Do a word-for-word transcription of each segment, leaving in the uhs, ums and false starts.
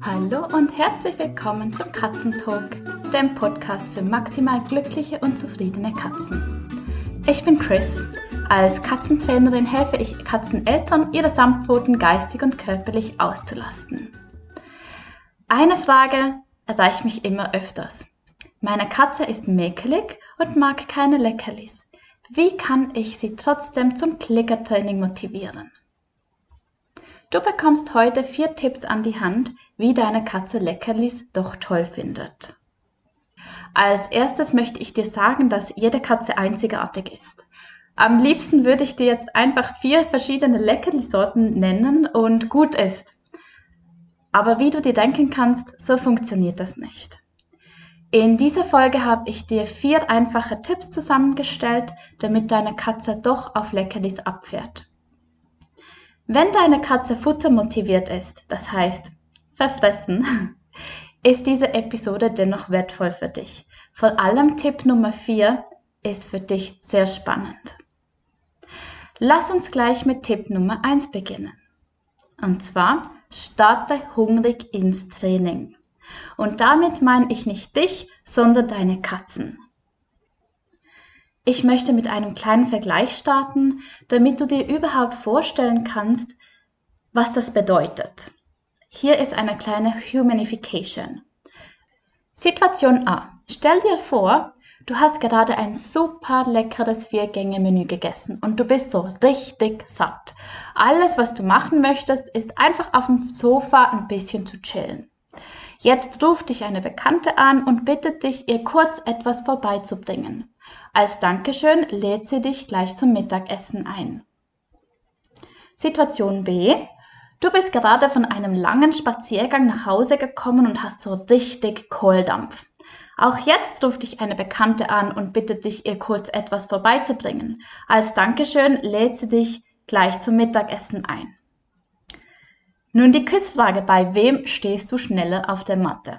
Hallo und herzlich willkommen zum Katzentalk, dem Podcast für maximal glückliche und zufriedene Katzen. Ich bin Chris. Als Katzentrainerin helfe ich Katzeneltern, ihre Samtpfoten geistig und körperlich auszulasten. Eine Frage erreicht mich immer öfters. Meine Katze ist mäkelig und mag keine Leckerlis. Wie kann ich sie trotzdem zum Klickertraining motivieren? Du bekommst heute vier Tipps an die Hand, wie deine Katze Leckerlis doch toll findet. Als erstes möchte ich dir sagen, dass jede Katze einzigartig ist. Am liebsten würde ich dir jetzt einfach vier verschiedene Leckerli-Sorten nennen und gut ist. Aber wie du dir denken kannst, so funktioniert das nicht. In dieser Folge habe ich dir vier einfache Tipps zusammengestellt, damit deine Katze doch auf Leckerlis abfährt. Wenn deine Katze futtermotiviert ist, das heißt verfressen, ist diese Episode dennoch wertvoll für dich. Vor allem Tipp Nummer vier ist für dich sehr spannend. Lass uns gleich mit Tipp Nummer eins beginnen. Und zwar, starte hungrig ins Training. Und damit meine ich nicht dich, sondern deine Katzen. Ich möchte mit einem kleinen Vergleich starten, damit du dir überhaupt vorstellen kannst, was das bedeutet. Hier ist eine kleine Humanification. Situation A. Stell dir vor, du hast gerade ein super leckeres Vier-Gänge-Menü gegessen und du bist so richtig satt. Alles, was du machen möchtest, ist einfach auf dem Sofa ein bisschen zu chillen. Jetzt ruft dich eine Bekannte an und bittet dich, ihr kurz etwas vorbeizubringen. Als Dankeschön lädt sie dich gleich zum Mittagessen ein. Situation B. Du bist gerade von einem langen Spaziergang nach Hause gekommen und hast so richtig Kohldampf. Auch jetzt ruft dich eine Bekannte an und bittet dich, ihr kurz etwas vorbeizubringen. Als Dankeschön lädt sie dich gleich zum Mittagessen ein. Nun die Quizfrage, bei wem stehst du schneller auf der Matte?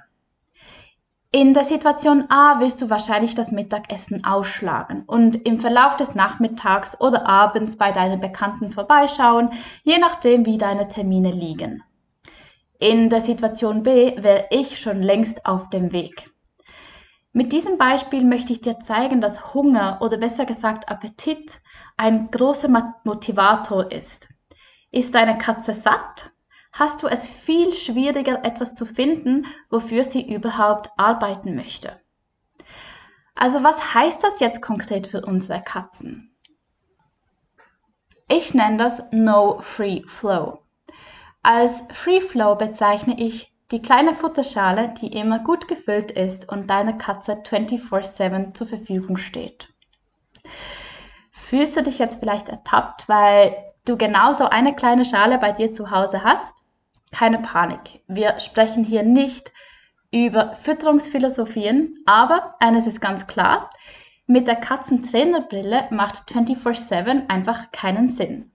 In der Situation A wirst du wahrscheinlich das Mittagessen ausschlagen und im Verlauf des Nachmittags oder abends bei deinen Bekannten vorbeischauen, je nachdem wie deine Termine liegen. In der Situation B wäre ich schon längst auf dem Weg. Mit diesem Beispiel möchte ich dir zeigen, dass Hunger oder besser gesagt Appetit ein großer Motivator ist. Ist deine Katze satt? Hast du es viel schwieriger, etwas zu finden, wofür sie überhaupt arbeiten möchte. Also was heißt das jetzt konkret für unsere Katzen? Ich nenne das No Free Flow. Als Free Flow bezeichne ich die kleine Futterschale, die immer gut gefüllt ist und deiner Katze vierundzwanzig sieben zur Verfügung steht. Fühlst du dich jetzt vielleicht ertappt, weil du genauso eine kleine Schale bei dir zu Hause hast? Keine Panik, wir sprechen hier nicht über Fütterungsphilosophien, aber eines ist ganz klar, mit der Katzentrainerbrille macht vierundzwanzig sieben einfach keinen Sinn.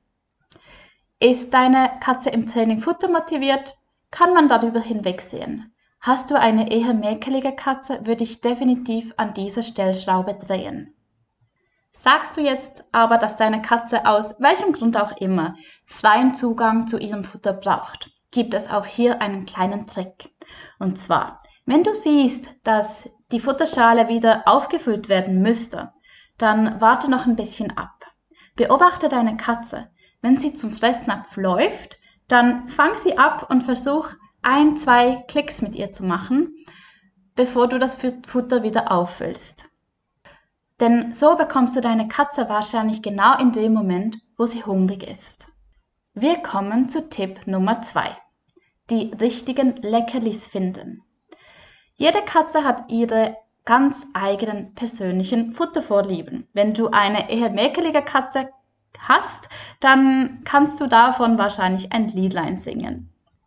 Ist deine Katze im Training futtermotiviert, kann man darüber hinwegsehen. Hast du eine eher mäkelige Katze, würde ich definitiv an dieser Stellschraube drehen. Sagst du jetzt aber, dass deine Katze aus welchem Grund auch immer freien Zugang zu ihrem Futter braucht, gibt es auch hier einen kleinen Trick. Und zwar, wenn du siehst, dass die Futterschale wieder aufgefüllt werden müsste, dann warte noch ein bisschen ab. Beobachte deine Katze. Wenn sie zum Fressnapf läuft, dann fang sie ab und versuch ein, zwei Klicks mit ihr zu machen, bevor du das Futter wieder auffüllst. Denn so bekommst du deine Katze wahrscheinlich genau in dem Moment, wo sie hungrig ist. Wir kommen zu Tipp Nummer zwei. Die richtigen Leckerlis finden. Jede Katze hat ihre ganz eigenen persönlichen Futtervorlieben. Wenn du eine eher mäkelige Katze hast, dann kannst du davon wahrscheinlich ein Liedlein singen.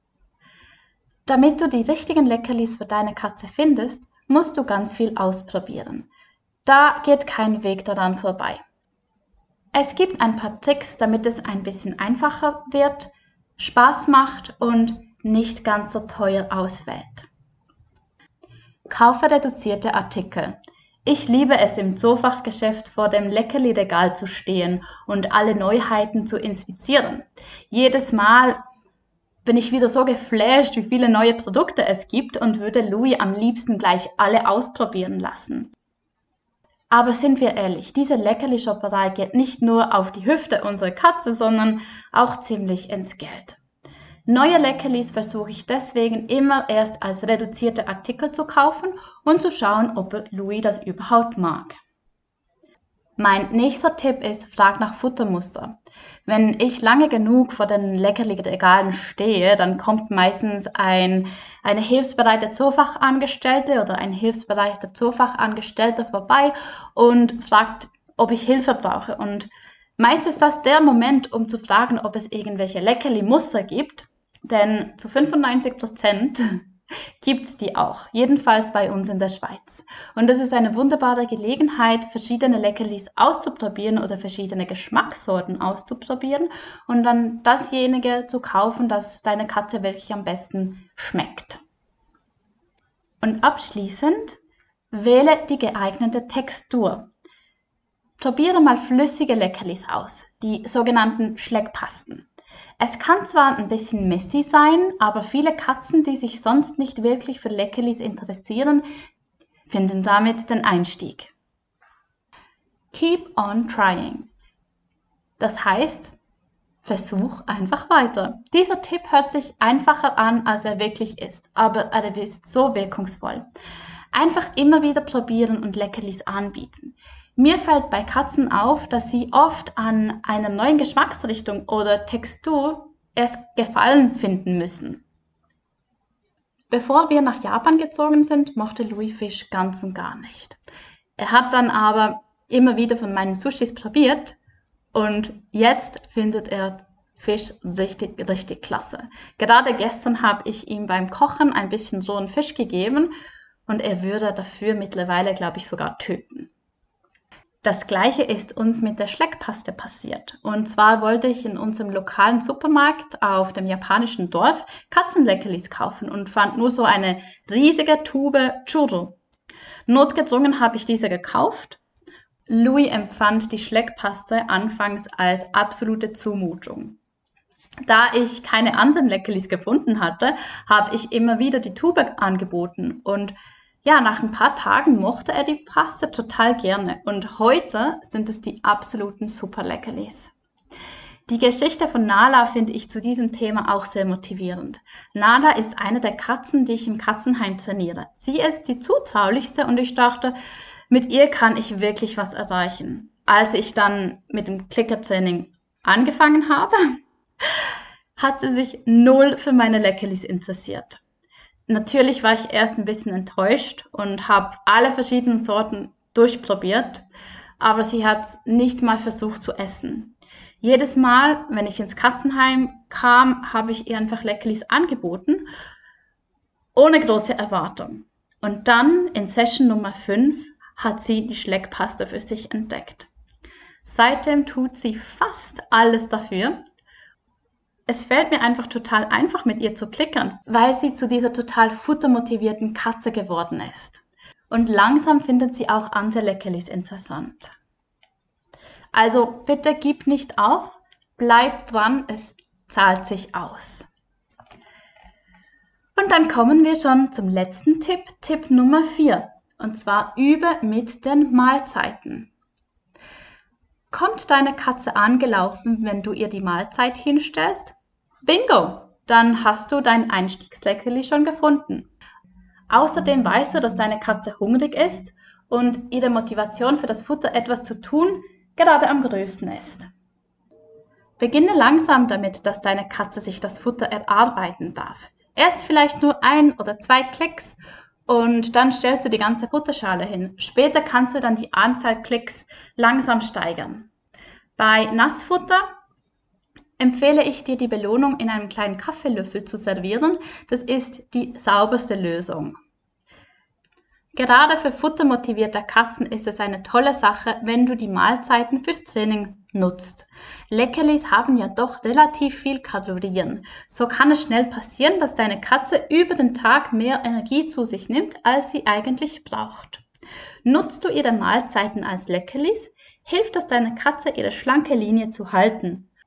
Damit du die richtigen Leckerlis für deine Katze findest, musst du ganz viel ausprobieren. Da geht kein Weg daran vorbei. Es gibt ein paar Tricks, damit es ein bisschen einfacher wird, Spaß macht und nicht ganz so teuer ausfällt. Kaufe reduzierte Artikel. Ich liebe es, im Zoofachgeschäft vor dem Leckerli-Regal zu stehen und alle Neuheiten zu inspizieren. Jedes Mal bin ich wieder so geflasht, wie viele neue Produkte es gibt und würde Louis am liebsten gleich alle ausprobieren lassen. Aber sind wir ehrlich, diese Leckerli-Shopperei geht nicht nur auf die Hüfte unserer Katze, sondern auch ziemlich ins Geld. Neue Leckerlis versuche ich deswegen immer erst als reduzierte Artikel zu kaufen und zu schauen, ob Louis das überhaupt mag. Mein nächster Tipp ist, frag nach Futtermuster. Wenn ich lange genug vor den Leckerli-Regalen stehe, dann kommt meistens ein, eine hilfsbereite Zoofachangestellte oder ein hilfsbereiter Zoofachangestellter vorbei und fragt, ob ich Hilfe brauche. Und meist ist das der Moment, um zu fragen, ob es irgendwelche Leckerli-Muster gibt, denn zu fünfundneunzig Prozent gibt es die auch, jedenfalls bei uns in der Schweiz. Und das ist eine wunderbare Gelegenheit, verschiedene Leckerlis auszuprobieren oder verschiedene Geschmackssorten auszuprobieren und dann dasjenige zu kaufen, das deine Katze wirklich am besten schmeckt. Und abschließend, wähle die geeignete Textur. Probiere mal flüssige Leckerlis aus, die sogenannten Schleckpasten. Es kann zwar ein bisschen messy sein, aber viele Katzen, die sich sonst nicht wirklich für Leckerlis interessieren, finden damit den Einstieg. Keep on trying. Das heißt, versuch einfach weiter. Dieser Tipp hört sich einfacher an, als er wirklich ist, aber er ist so wirkungsvoll. Einfach immer wieder probieren und Leckerlis anbieten. Mir fällt bei Katzen auf, dass sie oft an einer neuen Geschmacksrichtung oder Textur erst Gefallen finden müssen. Bevor wir nach Japan gezogen sind, mochte Louis Fisch ganz und gar nicht. Er hat dann aber immer wieder von meinen Sushis probiert und jetzt findet er Fisch richtig, richtig klasse. Gerade gestern habe ich ihm beim Kochen ein bisschen rohen Fisch gegeben und er würde dafür mittlerweile, glaube ich, sogar töten. Das Gleiche ist uns mit der Schleckpaste passiert. Und zwar wollte ich in unserem lokalen Supermarkt auf dem japanischen Dorf Katzenleckerlis kaufen und fand nur so eine riesige Tube Churro. Notgedrungen habe ich diese gekauft. Louis empfand die Schleckpaste anfangs als absolute Zumutung. Da ich keine anderen Leckerlis gefunden hatte, habe ich immer wieder die Tube angeboten und ja, nach ein paar Tagen mochte er die Paste total gerne und heute sind es die absoluten Super-Leckerlis. Die Geschichte von Nala finde ich zu diesem Thema auch sehr motivierend. Nala ist eine der Katzen, die ich im Katzenheim trainiere. Sie ist die zutraulichste und ich dachte, mit ihr kann ich wirklich was erreichen. Als ich dann mit dem Clicker-Training angefangen habe, hat sie sich null für meine Leckerlis interessiert. Natürlich war ich erst ein bisschen enttäuscht und habe alle verschiedenen Sorten durchprobiert, aber sie hat nicht mal versucht zu essen. Jedes Mal, wenn ich ins Katzenheim kam, habe ich ihr einfach Leckerlis angeboten, ohne große Erwartung. Und dann in Session Nummer fünf hat sie die Schleckpaste für sich entdeckt. Seitdem tut sie fast alles dafür. Es fällt mir einfach total einfach, mit ihr zu klickern, weil sie zu dieser total futtermotivierten Katze geworden ist. Und langsam findet sie auch andere Leckerlis interessant. Also bitte gib nicht auf, bleib dran, es zahlt sich aus. Und dann kommen wir schon zum letzten Tipp, Tipp Nummer vier. Und zwar übe mit den Mahlzeiten. Kommt deine Katze angelaufen, wenn du ihr die Mahlzeit hinstellst? Bingo! Dann hast du dein Einstiegsleckerli schon gefunden. Außerdem weißt du, dass deine Katze hungrig ist und ihre Motivation für das Futter etwas zu tun gerade am größten ist. Beginne langsam damit, dass deine Katze sich das Futter erarbeiten darf. Erst vielleicht nur ein oder zwei Klicks und dann stellst du die ganze Futterschale hin. Später kannst du dann die Anzahl Klicks langsam steigern. Bei Nassfutter empfehle ich dir, die Belohnung in einem kleinen Kaffeelöffel zu servieren. Das ist die sauberste Lösung. Gerade für futtermotivierte Katzen ist es eine tolle Sache, wenn du die Mahlzeiten fürs Training nutzt. Leckerlis haben ja doch relativ viel Kalorien. So kann es schnell passieren, dass deine Katze über den Tag mehr Energie zu sich nimmt, als sie eigentlich braucht. Nutzt du ihre Mahlzeiten als Leckerlis, hilft das deiner Katze, ihre schlanke Linie zu halten.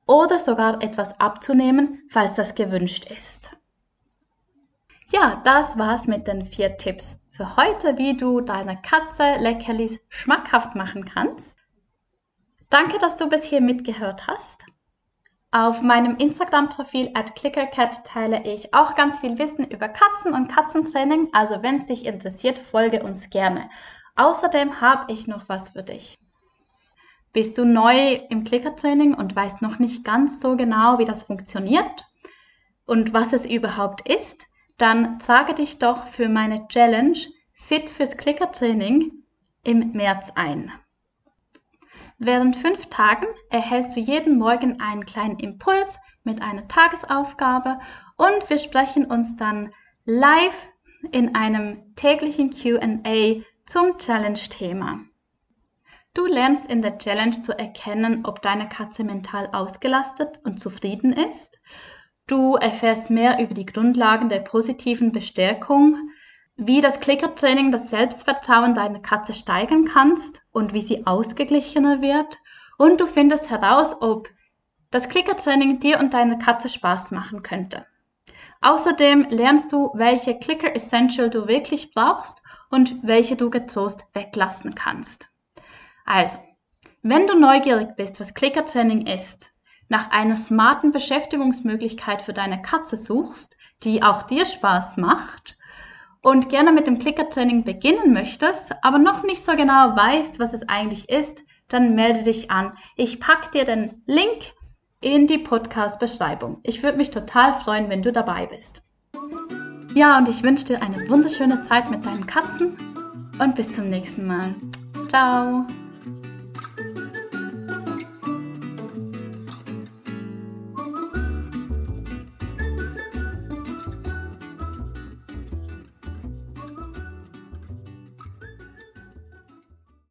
oder sogar etwas abzunehmen, falls das gewünscht ist. Ja, das war's mit den vier Tipps für heute, wie du deiner Katze Leckerlis schmackhaft machen kannst. Danke, dass du bis hier mitgehört hast. Auf meinem Instagram-Profil at clickercat teile ich auch ganz viel Wissen über Katzen und Katzentraining, also wenn es dich interessiert, folge uns gerne. Außerdem habe ich noch was für dich. Bist du neu im Klickertraining und weißt noch nicht ganz so genau, wie das funktioniert und was es überhaupt ist, dann trage dich doch für meine Challenge Fit fürs Klickertraining im März ein. Während fünf Tagen erhältst du jeden Morgen einen kleinen Impuls mit einer Tagesaufgabe und wir sprechen uns dann live in einem täglichen Q and A zum Challenge-Thema. Du lernst in der Challenge zu erkennen, ob deine Katze mental ausgelastet und zufrieden ist. Du erfährst mehr über die Grundlagen der positiven Bestärkung, wie das Klickertraining das Selbstvertrauen deiner Katze steigern kannst und wie sie ausgeglichener wird. Und du findest heraus, ob das Klickertraining dir und deiner Katze Spaß machen könnte. Außerdem lernst du, welche Clicker Essential du wirklich brauchst und welche du getrost weglassen kannst. Also, wenn du neugierig bist, was Klickertraining ist, nach einer smarten Beschäftigungsmöglichkeit für deine Katze suchst, die auch dir Spaß macht, und gerne mit dem Klickertraining beginnen möchtest, aber noch nicht so genau weißt, was es eigentlich ist, dann melde dich an. Ich packe dir den Link in die Podcast-Beschreibung. Ich würde mich total freuen, wenn du dabei bist. Ja, und ich wünsche dir eine wunderschöne Zeit mit deinen Katzen und bis zum nächsten Mal. Ciao!